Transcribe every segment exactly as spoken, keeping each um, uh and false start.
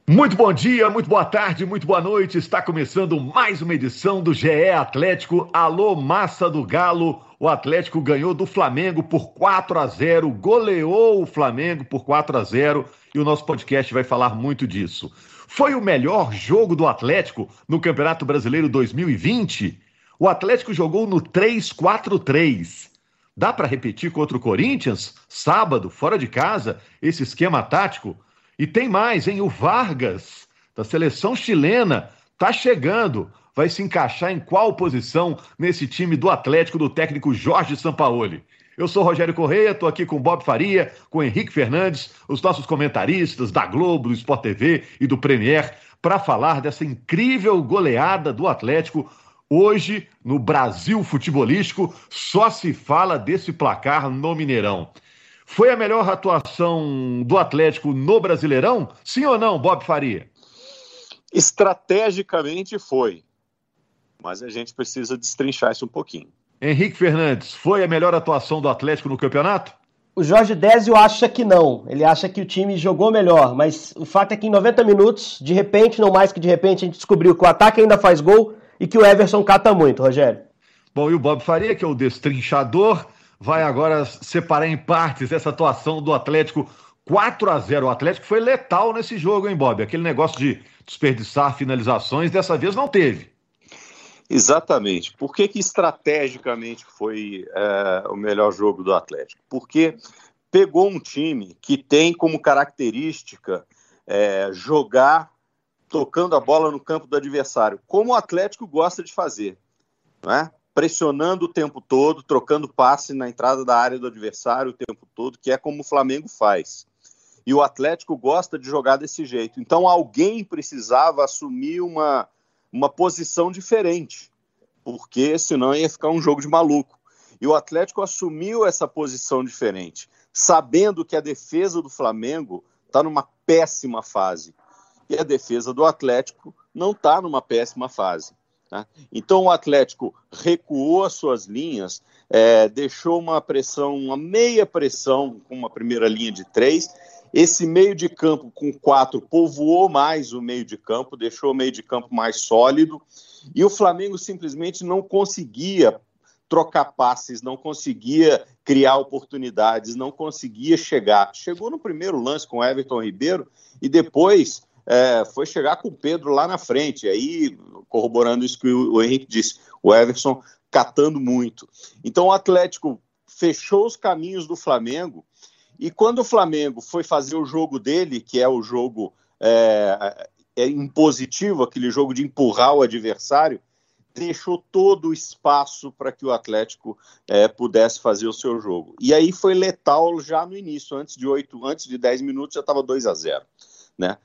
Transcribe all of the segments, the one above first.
Muito bom dia, muito boa tarde, muito boa noite. Está começando mais uma edição do G E Atlético. Alô, massa do Galo. O Atlético ganhou do Flamengo por quatro a zero, goleou o Flamengo por quatro a zero e o nosso podcast vai falar muito disso. Foi o melhor jogo do Atlético no Campeonato Brasileiro dois mil e vinte? O Atlético jogou no três quatro três. Dá para repetir contra o Corinthians? Sábado, fora de casa, esse esquema tático? E tem mais, hein? O Vargas, da seleção chilena, tá chegando. Vai se encaixar em qual posição nesse time do Atlético do técnico Jorge Sampaoli? Eu sou Rogério Correia, estou aqui com o Bob Faria, com o Henrique Fernandes, os nossos comentaristas da Globo, do Sport T V e do Premier, para falar dessa incrível goleada do Atlético. Hoje, no Brasil futebolístico, só se fala desse placar no Mineirão. Foi a melhor atuação do Atlético no Brasileirão? Sim ou não, Bob Faria? Estrategicamente foi, mas a gente precisa destrinchar isso um pouquinho. Henrique Fernandes, foi a melhor atuação do Atlético no campeonato? O Jorge Désio acha que não, ele acha que o time jogou melhor, mas o fato é que em noventa minutos, de repente, não mais que de repente, a gente descobriu que o ataque ainda faz gol e que o Everson cata muito, Rogério. Bom, e o Bob Faria, que é o destrinchador, vai agora separar em partes essa atuação do Atlético. Quatro a zero. O Atlético foi letal nesse jogo, hein, Bob? Aquele negócio de desperdiçar finalizações, dessa vez não teve. Exatamente. Por que que estrategicamente foi é, o melhor jogo do Atlético? Porque pegou um time que tem como característica é, jogar tocando a bola no campo do adversário, como o Atlético gosta de fazer, não é? Pressionando o tempo todo, trocando passe na entrada da área do adversário o tempo todo, que é como o Flamengo faz. E o Atlético gosta de jogar desse jeito. Então alguém precisava assumir uma, uma posição diferente, porque senão ia ficar um jogo de maluco. E o Atlético assumiu essa posição diferente, sabendo que a defesa do Flamengo está numa péssima fase. E a defesa do Atlético não está numa péssima fase. Então o Atlético recuou as suas linhas, é, deixou uma pressão, uma meia pressão com uma primeira linha de três. Esse meio de campo com quatro povoou mais o meio de campo, deixou o meio de campo mais sólido, e o Flamengo simplesmente não conseguia trocar passes, não conseguia criar oportunidades, não conseguia chegar. Chegou no primeiro lance com o Everton Ribeiro e depois É, foi chegar com o Pedro lá na frente, aí corroborando isso que o, o Henrique disse, o Everson catando muito. Então o Atlético fechou os caminhos do Flamengo, e quando o Flamengo foi fazer o jogo dele, que é o jogo é, é impositivo, aquele jogo de empurrar o adversário, deixou todo o espaço para que o Atlético é, pudesse fazer o seu jogo. E aí foi letal já no início, antes de oito, antes de dez minutos já estava dois a zero. Né?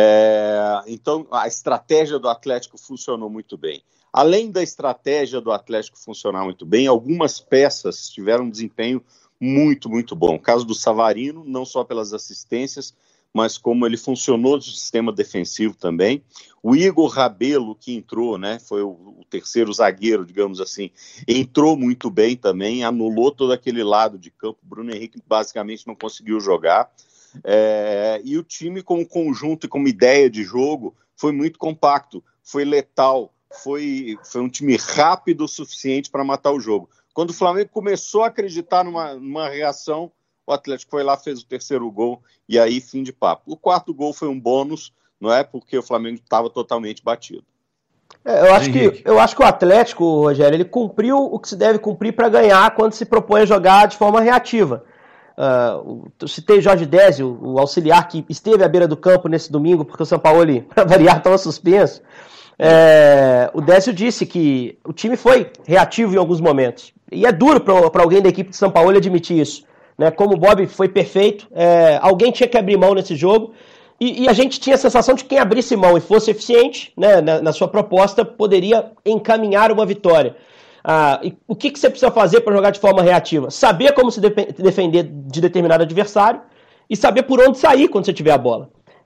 É, então a estratégia do Atlético funcionou muito bem. Além da estratégia do Atlético funcionar muito bem, algumas peças tiveram um desempenho muito, muito bom. O caso do Savarino, não só pelas assistências, mas como ele funcionou no sistema defensivo também. O Igor Rabelo, que entrou, né, foi o, o terceiro zagueiro, digamos assim, entrou muito bem também, anulou todo aquele lado de campo. O Bruno Henrique basicamente não conseguiu jogar. É, e o time como conjunto e como ideia de jogo foi muito compacto, foi letal, foi, foi um time rápido o suficiente para matar o jogo. Quando o Flamengo começou a acreditar numa, numa reação, o Atlético foi lá, fez o terceiro gol e aí fim de papo. O quarto gol foi um bônus, não é porque o Flamengo estava totalmente batido. É, eu, acho que, eu acho que o Atlético, Rogério, ele cumpriu o que se deve cumprir para ganhar quando se propõe a jogar de forma reativa. Uh, eu citei Jorge Désio, o auxiliar que esteve à beira do campo nesse domingo, porque o Sampaoli, para variar, estava suspenso. É, o Désio disse que o time foi reativo em alguns momentos. E é duro para alguém da equipe de Sampaoli admitir isso. Né? Como o Bob foi perfeito, é, alguém tinha que abrir mão nesse jogo. E, e a gente tinha a sensação de que quem abrisse mão e fosse eficiente, né, na, na sua proposta, poderia encaminhar uma vitória. Ah, e o que, que você precisa fazer para jogar de forma reativa? Saber como se de- defender de determinado adversário e saber por onde sair quando você tiver a bola.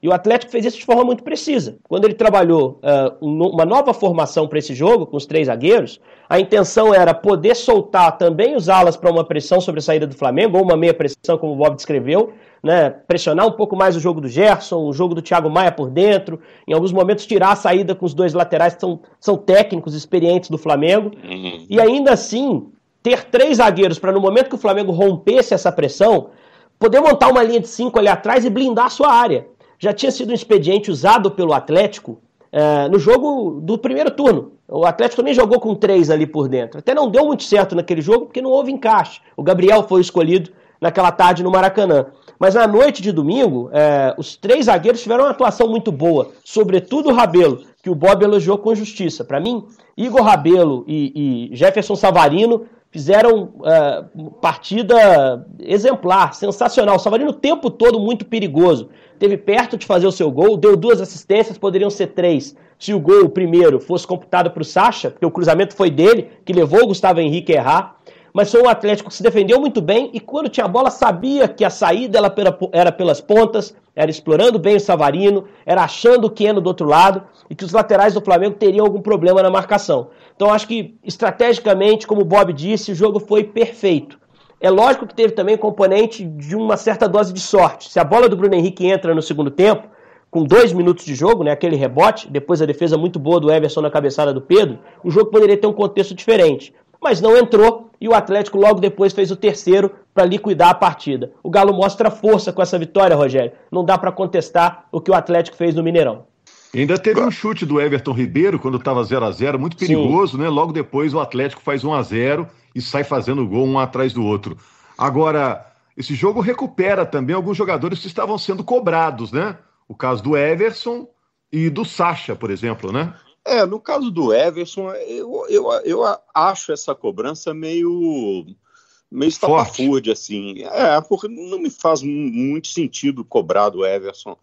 E o Atlético fez isso de forma muito precisa. Quando ele trabalhou uh, uma nova formação para esse jogo, com os três zagueiros, a intenção era poder soltar também os alas para uma pressão sobre a saída do Flamengo, ou uma meia pressão, como o Bob descreveu, né? Pressionar um pouco mais o jogo do Gerson, o jogo do Thiago Maia por dentro, em alguns momentos tirar a saída com os dois laterais que são, são técnicos, experientes do Flamengo, uhum. E ainda assim, ter três zagueiros para no momento que o Flamengo rompesse essa pressão, poder montar uma linha de cinco ali atrás e blindar a sua área. Já tinha sido um expediente usado pelo Atlético uh, no jogo do primeiro turno. O Atlético também jogou com três ali por dentro. Até não deu muito certo naquele jogo, porque não houve encaixe. O Gabriel foi escolhido naquela tarde no Maracanã. Mas na noite de domingo, uh, os três zagueiros tiveram uma atuação muito boa. Sobretudo o Rabelo, que o Bob elogiou com justiça. Para mim, Igor Rabelo e, e Jefferson Savarino fizeram uh, partida exemplar, sensacional. O Savarino o tempo todo muito perigoso. Teve perto de fazer o seu gol, deu duas assistências, poderiam ser três. Se o gol, o primeiro, fosse computado para o Sacha, porque o cruzamento foi dele, que levou o Gustavo Henrique a errar. Mas foi um Atlético que se defendeu muito bem e quando tinha bola sabia que a saída era pelas pontas, era explorando bem o Savarino, era achando o Keno do outro lado e que os laterais do Flamengo teriam algum problema na marcação. Então acho que estrategicamente, como o Bob disse, o jogo foi perfeito. É lógico que teve também componente de uma certa dose de sorte. Se a bola do Bruno Henrique entra no segundo tempo, com dois minutos de jogo, né, aquele rebote, depois a defesa muito boa do Everson na cabeçada do Pedro, o jogo poderia ter um contexto diferente. Mas não entrou e o Atlético logo depois fez o terceiro para liquidar a partida. O Galo mostra força com essa vitória, Rogério. Não dá para contestar o que o Atlético fez no Mineirão. Ainda teve um chute do Everton Ribeiro quando estava zero a zero, muito perigoso, Sim. né? Logo depois o Atlético faz um a zero e sai fazendo gol um atrás do outro. Agora, esse jogo recupera também alguns jogadores que estavam sendo cobrados, né? O caso do Everson e do Sacha, por exemplo, né? É, no caso do Everson, eu, eu, eu acho essa cobrança meio, meio estapafúrdia, assim. É, porque não me faz muito sentido cobrar do Everson,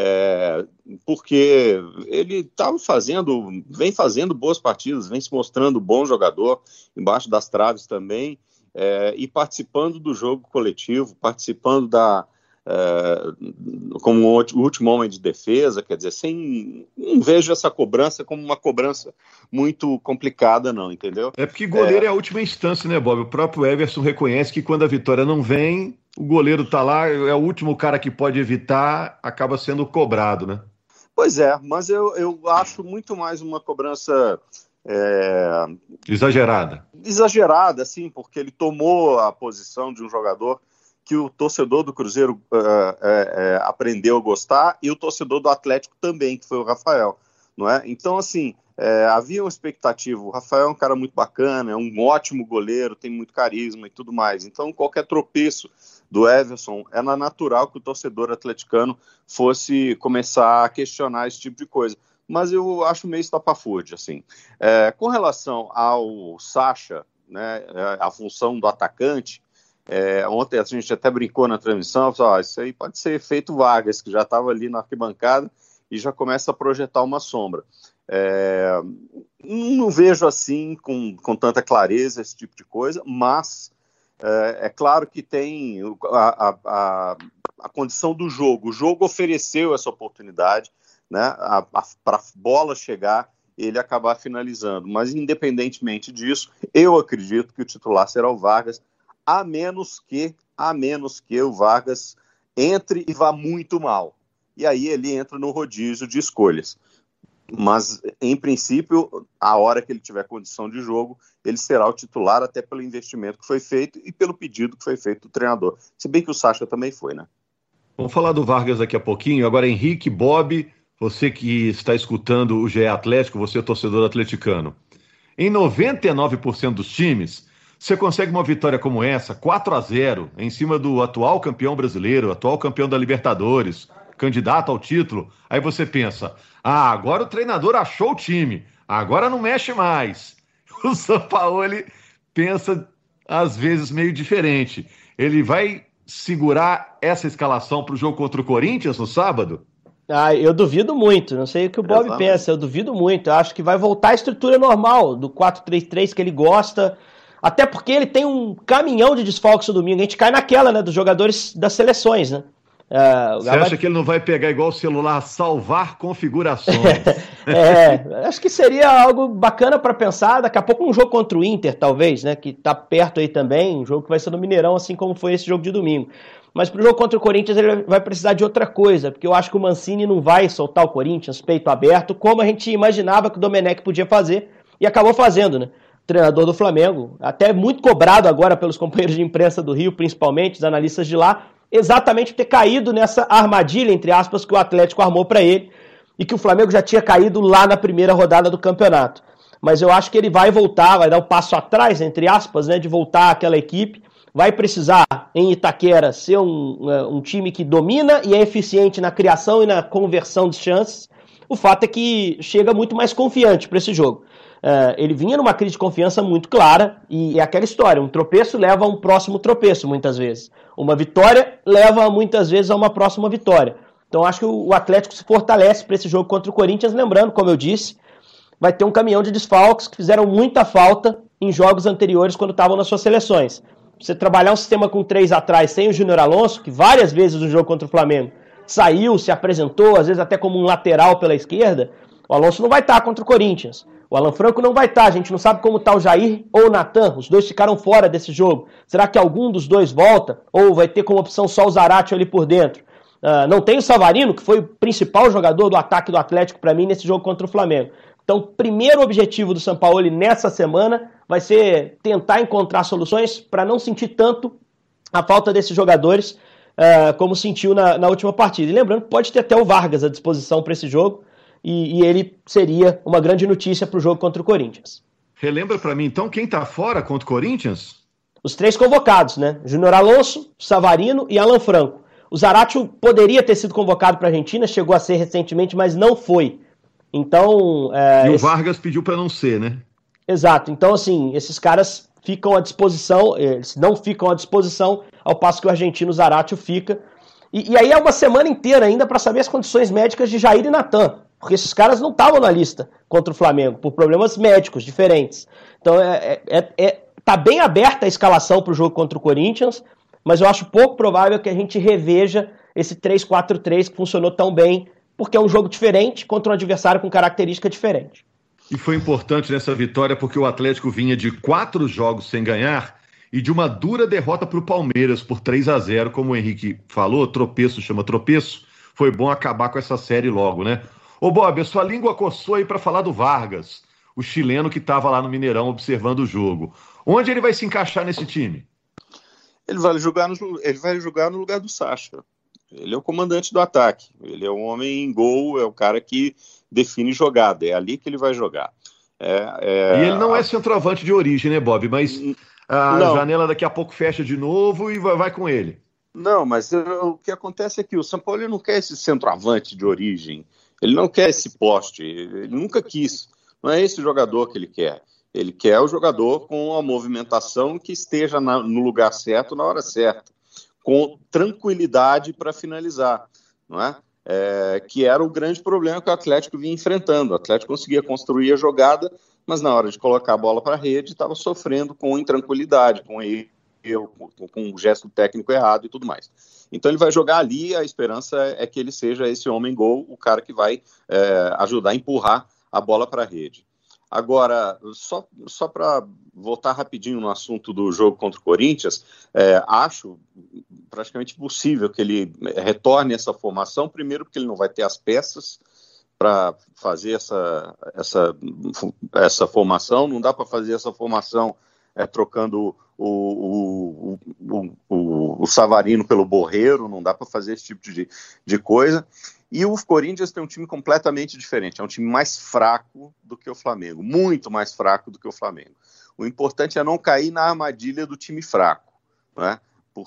é, porque ele estava fazendo, vem fazendo boas partidas, vem se mostrando bom jogador, embaixo das traves também, é, e participando do jogo coletivo, participando da... Uh, como o último homem de defesa, quer dizer, sem, não vejo essa cobrança como uma cobrança muito complicada, não, entendeu? É porque goleiro é, é a última instância, né, Bob? O próprio Everson reconhece que quando a vitória não vem, o goleiro tá lá, é o último cara que pode evitar, acaba sendo cobrado, né? Pois é, mas eu, eu acho muito mais uma cobrança... É... exagerada. Exagerada, sim, porque ele tomou a posição de um jogador que o torcedor do Cruzeiro uh, uh, uh, aprendeu a gostar e o torcedor do Atlético também, que foi o Rafael, não é? Então, assim, uh, havia uma expectativa, o Rafael é um cara muito bacana, é um ótimo goleiro, tem muito carisma e tudo mais, então qualquer tropeço do Everson é natural que o torcedor atleticano fosse começar a questionar esse tipo de coisa, mas eu acho meio estapafúrdia, assim. Uh, com relação ao Sacha, né, a função do atacante, É, ontem a gente até brincou na transmissão, falou, ah, isso aí pode ser efeito Vargas, que já estava ali na arquibancada e já começa a projetar uma sombra. É, não vejo assim com, com tanta clareza esse tipo de coisa, mas é, é claro que tem a, a, a condição do jogo. O jogo ofereceu essa oportunidade, né, para a bola chegar e ele acabar finalizando. Mas independentemente disso, eu acredito que o titular será o Vargas, a menos que, a menos que o Vargas entre e vá muito mal. E aí ele entra no rodízio de escolhas. Mas, em princípio, a hora que ele tiver condição de jogo, ele será o titular, até pelo investimento que foi feito e pelo pedido que foi feito do treinador. Se bem que o Sacha também foi, né? Vamos falar do Vargas daqui a pouquinho. Agora, Henrique, Bob, você que está escutando o G E Atlético, você é torcedor atleticano. Em noventa e nove por cento dos times, você consegue uma vitória como essa, quatro a zero, em cima do atual campeão brasileiro, atual campeão da Libertadores, candidato ao título, aí você pensa, ah, agora o treinador achou o time, agora não mexe mais. O Sampaoli pensa, às vezes, meio diferente. Ele vai segurar essa escalação para o jogo contra o Corinthians no sábado? Ah, eu duvido muito, não sei o que o Bob Exato. pensa, eu duvido muito, eu acho que vai voltar à estrutura normal, do quatro três três que ele gosta. Até porque ele tem um caminhão de desfalques no domingo. A gente cai naquela, né, dos jogadores das seleções, né? Uh, Você acha vai... que ele não vai pegar igual o celular, salvar configurações? é, acho que seria algo bacana para pensar. Daqui a pouco um jogo contra o Inter, talvez, né? Que tá perto aí também, um jogo que vai ser no Mineirão, assim como foi esse jogo de domingo. Mas pro jogo contra o Corinthians ele vai precisar de outra coisa, porque eu acho que o Mancini não vai soltar o Corinthians peito aberto, como a gente imaginava que o Domenech podia fazer, e acabou fazendo, né? Treinador do Flamengo, até muito cobrado agora pelos companheiros de imprensa do Rio, principalmente, os analistas de lá, exatamente ter caído nessa armadilha, entre aspas, que o Atlético armou para ele, e que o Flamengo já tinha caído lá na primeira rodada do campeonato. Mas eu acho que ele vai voltar, vai dar um passo atrás, entre aspas, né, de voltar àquela equipe, vai precisar, em Itaquera, ser um, um time que domina e é eficiente na criação e na conversão de chances. O fato é que chega muito mais confiante para esse jogo. Uh, ele vinha numa crise de confiança muito clara, e é aquela história, um tropeço leva a um próximo tropeço, muitas vezes. Uma vitória leva, muitas vezes, a uma próxima vitória. Então acho que o Atlético se fortalece para esse jogo contra o Corinthians, lembrando, como eu disse, vai ter um caminhão de desfalques que fizeram muita falta em jogos anteriores quando estavam nas suas seleções. Você trabalhar um sistema com três atrás sem o Júnior Alonso, que várias vezes no jogo contra o Flamengo saiu, se apresentou, às vezes até como um lateral pela esquerda, o Alonso não vai estar contra o Corinthians. O Alan Franco não vai estar, a gente não sabe como está o Jair ou o Natan, os dois ficaram fora desse jogo. Será que algum dos dois volta? Ou vai ter como opção só o Zarate ali por dentro? Uh, não tem o Savarino, que foi o principal jogador do ataque do Atlético para mim nesse jogo contra o Flamengo. Então, o primeiro objetivo do Sampaoli nessa semana vai ser tentar encontrar soluções para não sentir tanto a falta desses jogadores uh, como sentiu na, na última partida. E lembrando que pode ter até o Vargas à disposição para esse jogo, E, e ele seria uma grande notícia para o jogo contra o Corinthians. Relembra para mim, então, quem está fora contra o Corinthians? Os três convocados, né? Júnior Alonso, Savarino e Alan Franco. O Zarate poderia ter sido convocado para a Argentina, chegou a ser recentemente, mas não foi. Então... É, e o esse... Vargas pediu para não ser, né? Exato. Então, assim, esses caras ficam à disposição, eles não ficam à disposição, ao passo que o argentino Zarate fica. E, e aí é uma semana inteira ainda para saber as condições médicas de Jair e Natan. Porque esses caras não estavam na lista contra o Flamengo, por problemas médicos diferentes. Então, é, é, é, tá bem aberta a escalação para o jogo contra o Corinthians, mas eu acho pouco provável que a gente reveja esse três quatro três que funcionou tão bem, porque é um jogo diferente contra um adversário com característica diferente. E foi importante nessa vitória porque o Atlético vinha de quatro jogos sem ganhar e de uma dura derrota para o Palmeiras por três a zero, como o Henrique falou, tropeço chama tropeço. Foi bom acabar com essa série logo, né? Ô Bob, a sua língua coçou aí para falar do Vargas, o chileno que estava lá no Mineirão observando o jogo. Onde ele vai se encaixar nesse time? Ele vai jogar no, ele vai jogar no lugar do Sacha. Ele é o comandante do ataque. Ele é um homem em gol, é o cara que define jogada. É ali que ele vai jogar. É, é... E ele não é centroavante de origem, né, Bob? Mas a não. janela daqui a pouco fecha de novo e vai, vai com ele. Não, mas o que acontece é que o Sampaoli não quer esse centroavante de origem. Ele não quer esse poste, ele nunca quis. Não é esse jogador que ele quer. Ele quer o jogador com a movimentação que esteja na, no lugar certo, na hora certa, com tranquilidade para finalizar, não é? É, que era o grande problema que o Atlético vinha enfrentando. O Atlético conseguia construir a jogada, mas na hora de colocar a bola para a rede estava sofrendo com intranquilidade, com erro, com um gesto técnico errado e tudo mais. Então ele vai jogar ali, a esperança é que ele seja esse homem-gol, o cara que vai é, ajudar a empurrar a bola para a rede. Agora, só, só para voltar rapidinho no assunto do jogo contra o Corinthians, é, acho praticamente possível que ele retorne essa formação, primeiro porque ele não vai ter as peças para fazer essa, essa, essa formação, não dá para fazer essa formação é, trocando o, o, o, o, o Savarino pelo Borreiro, não dá para fazer esse tipo de, de coisa. E o Corinthians tem um time completamente diferente, é um time mais fraco do que o Flamengo, muito mais fraco do que o Flamengo. O importante é não cair na armadilha do time fraco, né?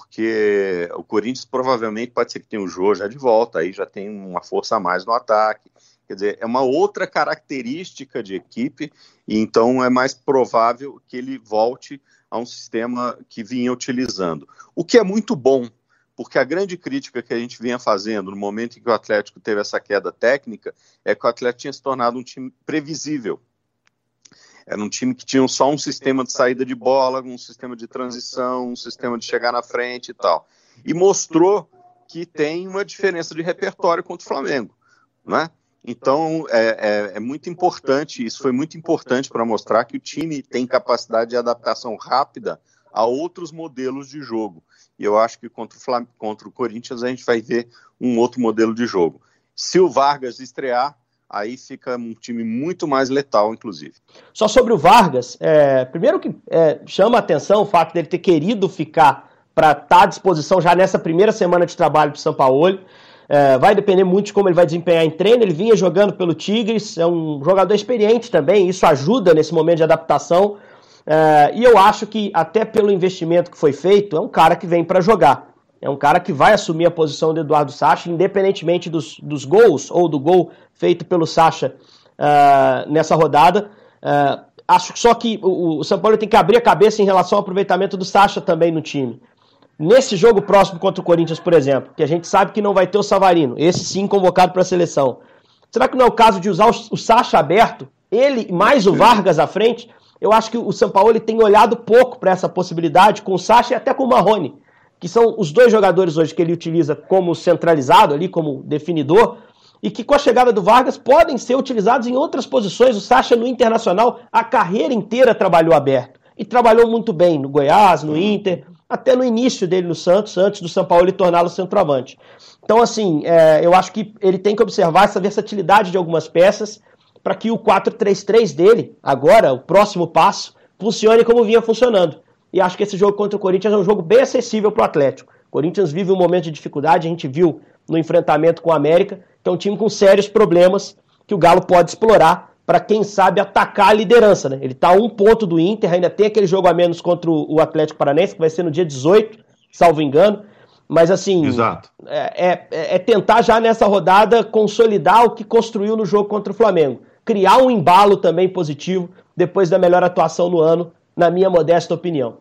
Porque o Corinthians provavelmente pode ser que tenha o Jô já de volta, aí já tem uma força a mais no ataque. Quer dizer, é uma outra característica de equipe, e então é mais provável que ele volte a um sistema que vinha utilizando. O que é muito bom, porque a grande crítica que a gente vinha fazendo no momento em que o Atlético teve essa queda técnica é que o Atlético tinha se tornado um time previsível. Era um time que tinha só um sistema de saída de bola, um sistema de transição, um sistema de chegar na frente e tal. E mostrou que tem uma diferença de repertório contra o Flamengo, né? Então, é, é, é muito importante, isso foi muito importante para mostrar que o time tem capacidade de adaptação rápida a outros modelos de jogo. E eu acho que contra o, Flam- contra o Corinthians a gente vai ver um outro modelo de jogo. Se o Vargas estrear, aí fica um time muito mais letal, inclusive. Só sobre o Vargas, é, primeiro que é, chama a atenção o fato dele ter querido ficar para estar à disposição já nessa primeira semana de trabalho do Sampaoli. É, vai depender muito de como ele vai desempenhar em treino. Ele vinha jogando pelo Tigres, é um jogador experiente também, isso ajuda nesse momento de adaptação. É, e eu acho que, até pelo investimento que foi feito, é um cara que vem para jogar. É um cara que vai assumir a posição do Eduardo Sacha, independentemente dos, dos gols ou do gol feito pelo Sacha uh, nessa rodada. Uh, acho só que o, o São Paulo tem que abrir a cabeça em relação ao aproveitamento do Sacha também no time. Nesse jogo próximo contra o Corinthians, por exemplo, que a gente sabe que não vai ter o Savarino, esse sim convocado para a seleção. Será que não é o caso de usar o, o Sacha aberto, ele mais o Vargas à frente? Eu acho que o São Paulo ele tem olhado pouco para essa possibilidade com o Sacha e até com o Marrone, que são os dois jogadores hoje que ele utiliza como centralizado, ali como definidor, e que com a chegada do Vargas podem ser utilizados em outras posições. O Sacha no Internacional a carreira inteira trabalhou aberto, e trabalhou muito bem no Goiás, no Inter, até no início dele no Santos, antes do São Paulo torná-lo centroavante. Então, assim, é, eu acho que ele tem que observar essa versatilidade de algumas peças para que o quatro três três dele, agora, o próximo passo, funcione como vinha funcionando. E acho que esse jogo contra o Corinthians é um jogo bem acessível para o Atlético. O Corinthians vive um momento de dificuldade, a gente viu no enfrentamento com o América, que é um time com sérios problemas que o Galo pode explorar para, quem sabe, atacar a liderança, né? Ele está a um ponto do Inter, ainda tem aquele jogo a menos contra o Atlético Paranaense, que vai ser no dia dezoito, salvo engano. Mas, assim, Exato. É, é, é tentar já nessa rodada consolidar o que construiu no jogo contra o Flamengo. Criar um embalo também positivo depois da melhor atuação no ano, na minha modesta opinião.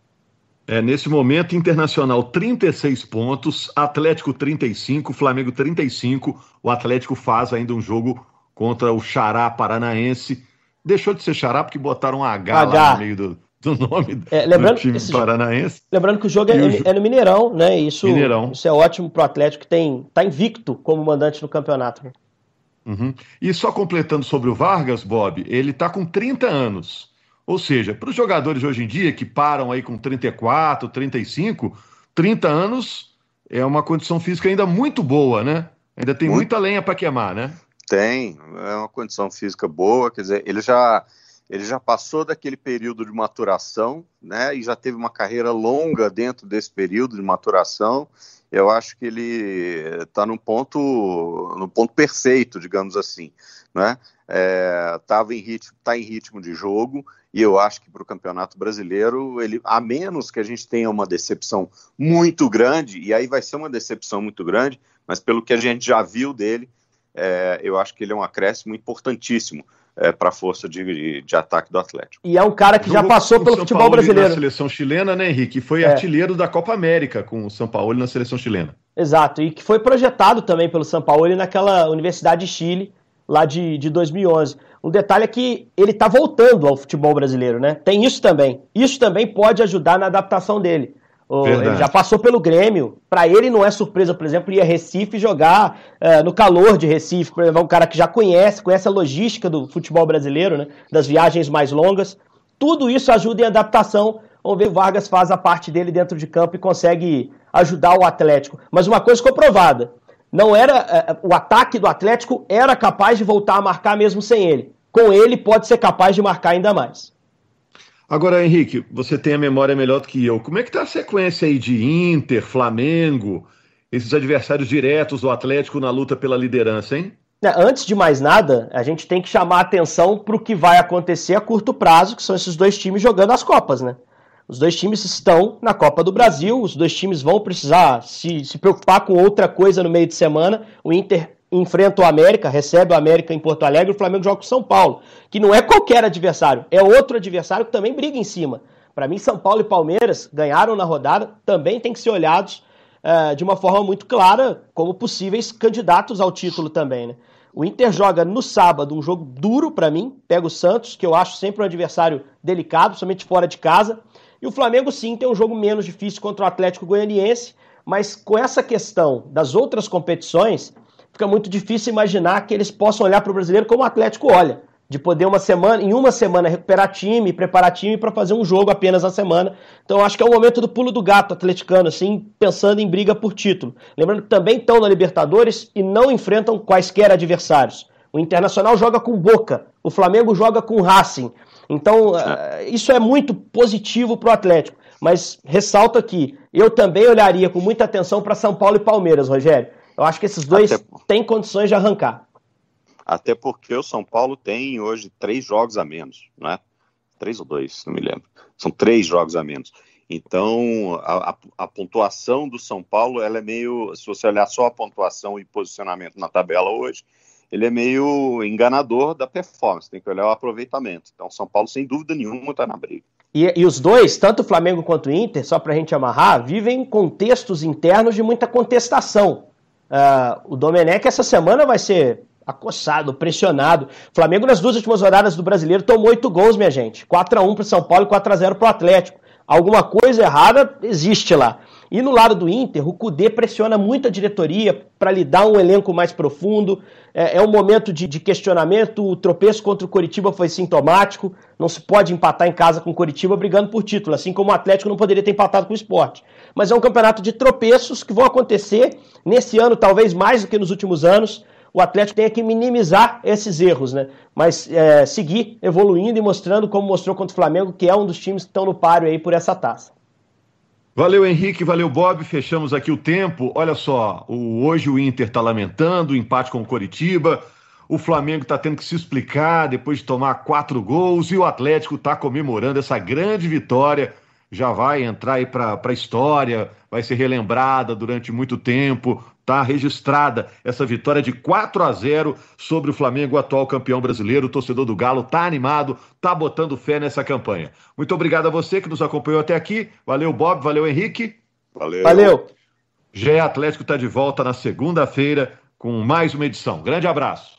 É, nesse momento, Internacional trinta e seis pontos, Atlético trinta e cinco, Flamengo trinta e cinco. O Atlético faz ainda um jogo contra o Xará Paranaense. Deixou de ser Xará porque botaram um H, H. lá no meio do, do nome é, lembrando, do time esse, paranaense. Lembrando que o jogo é, o... é no Mineirão, né? Isso, Mineirão. Isso é ótimo pro Atlético, que tem, tá invicto como mandante no campeonato. Uhum. E só completando sobre o Vargas, Bob, ele tá com trinta anos. Ou seja, para os jogadores de hoje em dia que param aí com trinta e quatro, trinta e cinco, trinta anos é uma condição física ainda muito boa, né? Ainda tem muito... muita lenha para queimar, né? Tem, é uma condição física boa, quer dizer, ele já, ele já passou daquele período de maturação, né? E já teve uma carreira longa dentro desse período de maturação. Eu acho que ele está no ponto, no ponto perfeito, digamos assim, né? É, tava em ritmo, tá em ritmo de jogo, e eu acho que para o Campeonato Brasileiro, ele, a menos que a gente tenha uma decepção muito grande, e aí vai ser uma decepção muito grande, mas pelo que a gente já viu dele, é, eu acho que ele é um acréscimo importantíssimo é, para a força de, de, de ataque do Atlético. E é um cara que já passou pelo futebol brasileiro. Na seleção chilena, né, Henrique? Foi é. artilheiro da Copa América com o São Paulo na seleção chilena. Exato, e que foi projetado também pelo São Paulo naquela Universidade de Chile, lá de, de dois mil e onze. Um detalhe é que ele está voltando ao futebol brasileiro, né? Tem isso também. Isso também pode ajudar na adaptação dele. O, ele já passou pelo Grêmio. Para ele não é surpresa, por exemplo, ir a Recife jogar uh, no calor de Recife. Por exemplo, é um cara que já conhece, conhece a logística do futebol brasileiro, né? Das viagens mais longas. Tudo isso ajuda em adaptação. Vamos ver, o Vargas faz a parte dele dentro de campo e consegue ajudar o Atlético. Mas uma coisa ficou provada. Não era, o ataque do Atlético era capaz de voltar a marcar mesmo sem ele. Com ele pode ser capaz de marcar ainda mais. Agora, Henrique, você tem a memória melhor do que eu. Como é que tá a sequência aí de Inter, Flamengo, esses adversários diretos do Atlético na luta pela liderança, hein? Antes de mais nada, a gente tem que chamar a atenção para o que vai acontecer a curto prazo, que são esses dois times jogando as Copas, né? Os dois times estão na Copa do Brasil, os dois times vão precisar se, se preocupar com outra coisa no meio de semana. O Inter enfrenta o América, recebe o América em Porto Alegre, o Flamengo joga com o São Paulo, que não é qualquer adversário, é outro adversário que também briga em cima. Para mim, São Paulo e Palmeiras ganharam na rodada, também tem que ser olhados uh, de uma forma muito clara como possíveis candidatos ao título também, né? O Inter joga no sábado um jogo duro para mim, pega o Santos, que eu acho sempre um adversário delicado, somente fora de casa. E o Flamengo, sim, tem um jogo menos difícil contra o Atlético Goianiense, mas com essa questão das outras competições, fica muito difícil imaginar que eles possam olhar para o brasileiro como o Atlético olha, de poder uma semana, em uma semana recuperar time, preparar time para fazer um jogo apenas na semana. Então acho que é o momento do pulo do gato atleticano, assim, pensando em briga por título. Lembrando que também estão na Libertadores e não enfrentam quaisquer adversários. O Internacional joga com Boca, o Flamengo joga com Racing. Então isso é muito positivo para o Atlético. Mas ressalto aqui, eu também olharia com muita atenção para São Paulo e Palmeiras, Rogério. Eu acho que esses dois Até... têm condições de arrancar. Até porque o São Paulo tem hoje três jogos a menos, não é? Três ou dois, não me lembro. São três jogos a menos. Então, a, a, a pontuação do São Paulo, ela é meio, se você olhar só a pontuação e posicionamento na tabela hoje, ele é meio enganador da performance, tem que olhar o aproveitamento. Então, o São Paulo, sem dúvida nenhuma, está na briga. E, e os dois, tanto o Flamengo quanto o Inter, só para a gente amarrar, vivem contextos internos de muita contestação. Uh, o Domenech, essa semana, vai ser acossado, pressionado. O Flamengo, nas duas últimas rodadas do Brasileiro, tomou oito gols, minha gente. quatro a um para o São Paulo e quatro a zero para o Atlético. Alguma coisa errada existe lá. E no lado do Inter, o Kudê pressiona muito a diretoria para lhe dar um elenco mais profundo. É, é um momento de, de questionamento. O tropeço contra o Coritiba foi sintomático. Não se pode empatar em casa com o Coritiba brigando por título, assim como o Atlético não poderia ter empatado com o Sport. Mas é um campeonato de tropeços que vão acontecer nesse ano, talvez mais do que nos últimos anos. O Atlético tem que minimizar esses erros, né? Mas é, seguir evoluindo e mostrando, como mostrou contra o Flamengo, que é um dos times que estão no páreo aí por essa taça. Valeu, Henrique, valeu, Bob. Fechamos aqui o tempo. Olha só, o, hoje o Inter está lamentando o empate com o Coritiba, o Flamengo está tendo que se explicar depois de tomar quatro gols e o Atlético está comemorando essa grande vitória. Já vai entrar aí para a história, vai ser relembrada durante muito tempo. Está registrada essa vitória de quatro a zero sobre o Flamengo, o atual campeão brasileiro. O torcedor do Galo está animado, está botando fé nessa campanha. Muito obrigado a você que nos acompanhou até aqui. Valeu, Bob. Valeu, Henrique. Valeu. Valeu. G E Atlético está de volta na segunda-feira com mais uma edição. Grande abraço.